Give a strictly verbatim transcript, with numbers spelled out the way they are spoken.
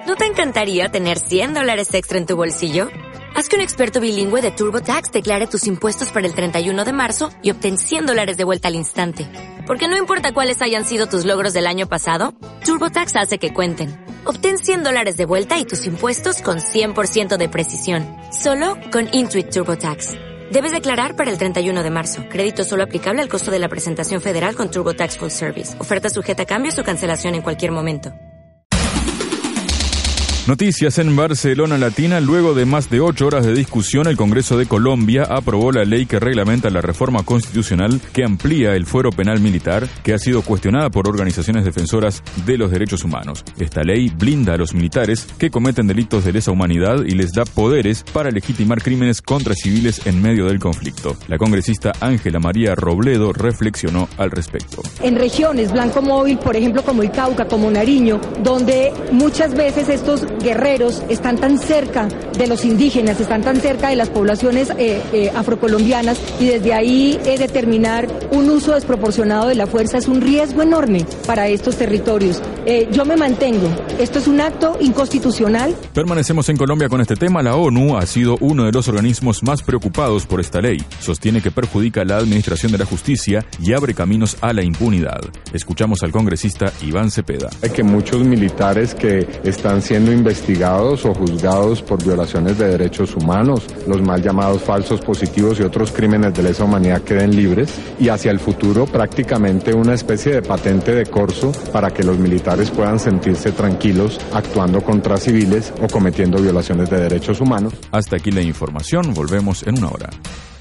¿No te encantaría tener cien dólares extra en tu bolsillo? Haz que un experto bilingüe de TurboTax declare tus impuestos para el treinta y uno de marzo y obtén cien dólares de vuelta al instante. Porque no importa cuáles hayan sido tus logros del año pasado, TurboTax hace que cuenten. Obtén cien dólares de vuelta y tus impuestos con cien por ciento de precisión. Solo con Intuit TurboTax. Debes declarar para el treinta y uno de marzo. Crédito solo aplicable al costo de la presentación federal con TurboTax Full Service. Oferta sujeta a cambios o cancelación en cualquier momento. Noticias en Barcelona Latina. Luego de más de ocho horas de discusión, el Congreso de Colombia aprobó la ley que reglamenta la reforma constitucional que amplía el fuero penal militar, que ha sido cuestionada por organizaciones defensoras de los derechos humanos. Esta ley blinda a los militares que cometen delitos de lesa humanidad y les da poderes para legitimar crímenes contra civiles en medio del conflicto. La congresista Ángela María Robledo reflexionó al respecto. En regiones blanco móvil, por ejemplo, como el Cauca, como Nariño, donde muchas veces estos guerreros están tan cerca de los indígenas, están tan cerca de las poblaciones eh, eh, afrocolombianas, y desde ahí eh, determinar un uso desproporcionado de la fuerza es un riesgo enorme para estos territorios. Eh, yo me mantengo. Esto es un acto inconstitucional. Permanecemos en Colombia con este tema. La ONU ha sido uno de los organismos más preocupados por esta ley. Sostiene que perjudica la administración de la justicia y abre caminos a la impunidad. Escuchamos al congresista Iván Cepeda. Hay que muchos militares que están siendo investigados o juzgados por violaciones de derechos humanos, los mal llamados falsos positivos y otros crímenes de lesa humanidad queden libres, y hacia el futuro prácticamente una especie de patente de corso para que los militares puedan sentirse tranquilos actuando contra civiles o cometiendo violaciones de derechos humanos. Hasta aquí la información, volvemos en una hora.